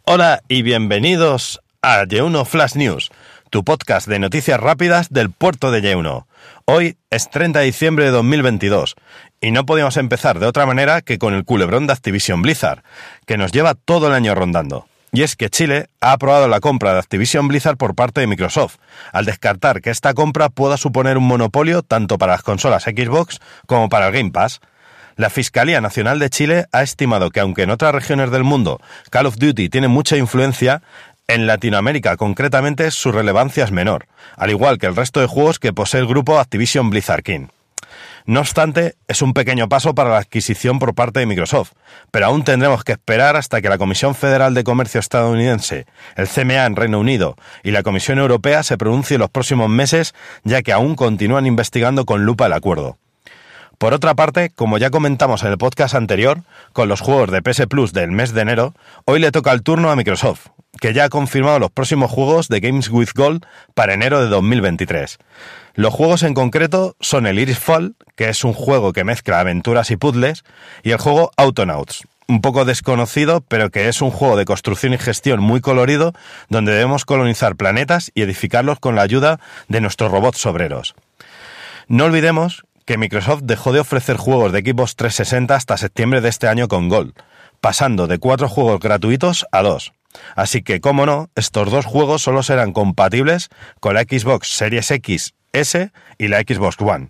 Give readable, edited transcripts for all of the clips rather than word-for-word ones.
Hola y bienvenidos a Ye1 Flash News, tu podcast de noticias rápidas del puerto de Ye1. Hoy es 30 de diciembre de 2022 y no podíamos empezar de otra manera que con el culebrón de Activision Blizzard, que nos lleva todo el año rondando. Y es que Chile ha aprobado la compra de Activision Blizzard por parte de Microsoft, al descartar que esta compra pueda suponer un monopolio tanto para las consolas Xbox como para el Game Pass. La Fiscalía Nacional de Chile ha estimado que aunque en otras regiones del mundo Call of Duty tiene mucha influencia, en Latinoamérica concretamente su relevancia es menor, al igual que el resto de juegos que posee el grupo Activision Blizzard King. No obstante, es un pequeño paso para la adquisición por parte de Microsoft, pero aún tendremos que esperar hasta que la Comisión Federal de Comercio estadounidense, el CMA en Reino Unido y la Comisión Europea se pronuncien en los próximos meses, ya que aún continúan investigando con lupa el acuerdo. Por otra parte, como ya comentamos en el podcast anterior, con los juegos de PS Plus del mes de enero, hoy le toca el turno a Microsoft, que ya ha confirmado los próximos juegos de Games with Gold para enero de 2023. Los juegos en concreto son el Iris Fall, que es un juego que mezcla aventuras y puzzles, y el juego Autonauts, un poco desconocido, pero que es un juego de construcción y gestión muy colorido, donde debemos colonizar planetas y edificarlos con la ayuda de nuestros robots obreros. No olvidemos que Microsoft dejó de ofrecer juegos de Xbox 360 hasta septiembre de este año con Gold, pasando de 4 juegos gratuitos a 2. Así que, como no, estos 2 juegos solo serán compatibles con la Xbox Series X, S y la Xbox One.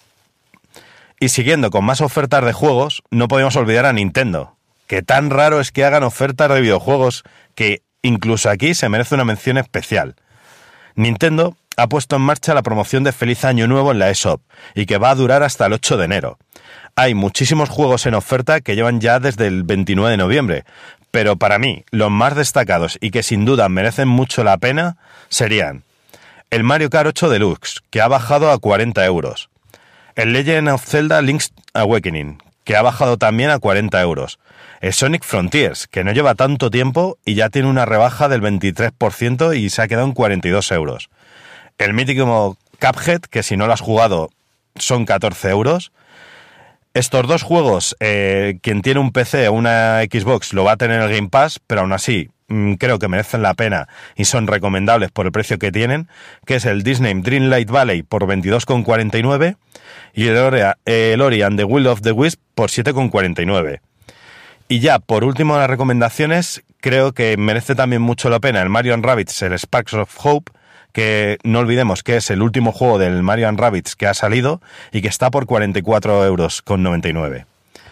Y siguiendo con más ofertas de juegos, no podemos olvidar a Nintendo, que tan raro es que hagan ofertas de videojuegos que incluso aquí se merece una mención especial. Nintendo ha puesto en marcha la promoción de Feliz Año Nuevo en la eShop y que va a durar hasta el 8 de enero. Hay muchísimos juegos en oferta que llevan ya desde el 29 de noviembre, pero para mí los más destacados y que sin duda merecen mucho la pena serían el Mario Kart 8 Deluxe, que ha bajado a 40 euros, el Legend of Zelda Link's Awakening, que ha bajado también a 40 euros, el Sonic Frontiers, que no lleva tanto tiempo y ya tiene una rebaja del 23% y se ha quedado en 42 euros, el mítico Cuphead, que si no lo has jugado son 14 euros. Estos 2 juegos, quien tiene un PC o una Xbox lo va a tener en el Game Pass, pero aún así creo que merecen la pena y son recomendables por el precio que tienen, que es el Disney Dreamlight Valley por 22,49 y el Ori and the Will of the Wisp por 7,49. Y ya, por último, las recomendaciones, creo que merece también mucho la pena el Mario & Rabbids, el Sparks of Hope, que no olvidemos que es el último juego del Mario & Rabbids que ha salido y que está por 44,99 euros.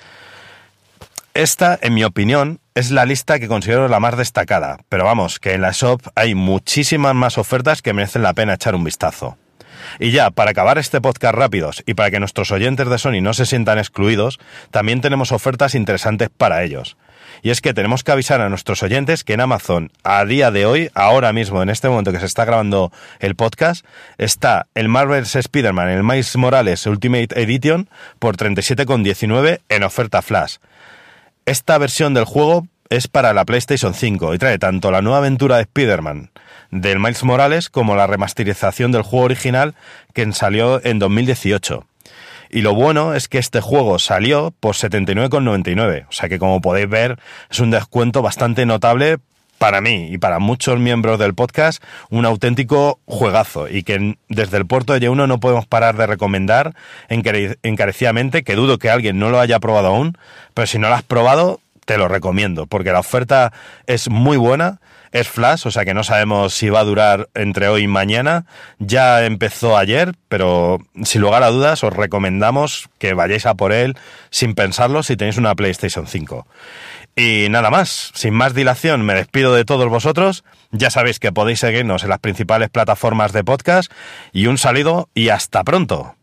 Esta, en mi opinión, es la lista que considero la más destacada, pero vamos, que en la shop hay muchísimas más ofertas que merecen la pena echar un vistazo. Y ya, para acabar este podcast rápidos y para que nuestros oyentes de Sony no se sientan excluidos, también tenemos ofertas interesantes para ellos. Y es que tenemos que avisar a nuestros oyentes que en Amazon, a día de hoy, ahora mismo, en este momento que se está grabando el podcast, está el Marvel's Spider-Man, el Miles Morales Ultimate Edition, por 37,19 en oferta flash. Esta versión del juego es para la PlayStation 5 y trae tanto la nueva aventura de Spider-Man del Miles Morales como la remasterización del juego original que salió en 2018. Y lo bueno es que este juego salió por 79,99, o sea que como podéis ver es un descuento bastante notable para mí y para muchos miembros del podcast, un auténtico juegazo y que desde el puerto de Ye1 no podemos parar de recomendar encarecidamente, que dudo que alguien no lo haya probado aún, pero si no lo has probado te lo recomiendo porque la oferta es muy buena. Es flash, o sea que no sabemos si va a durar entre hoy y mañana. Ya empezó ayer, pero sin lugar a dudas os recomendamos que vayáis a por él sin pensarlo si tenéis una PlayStation 5. Y nada más, sin más dilación me despido de todos vosotros. Ya sabéis que podéis seguirnos en las principales plataformas de podcast y un saludo y hasta pronto.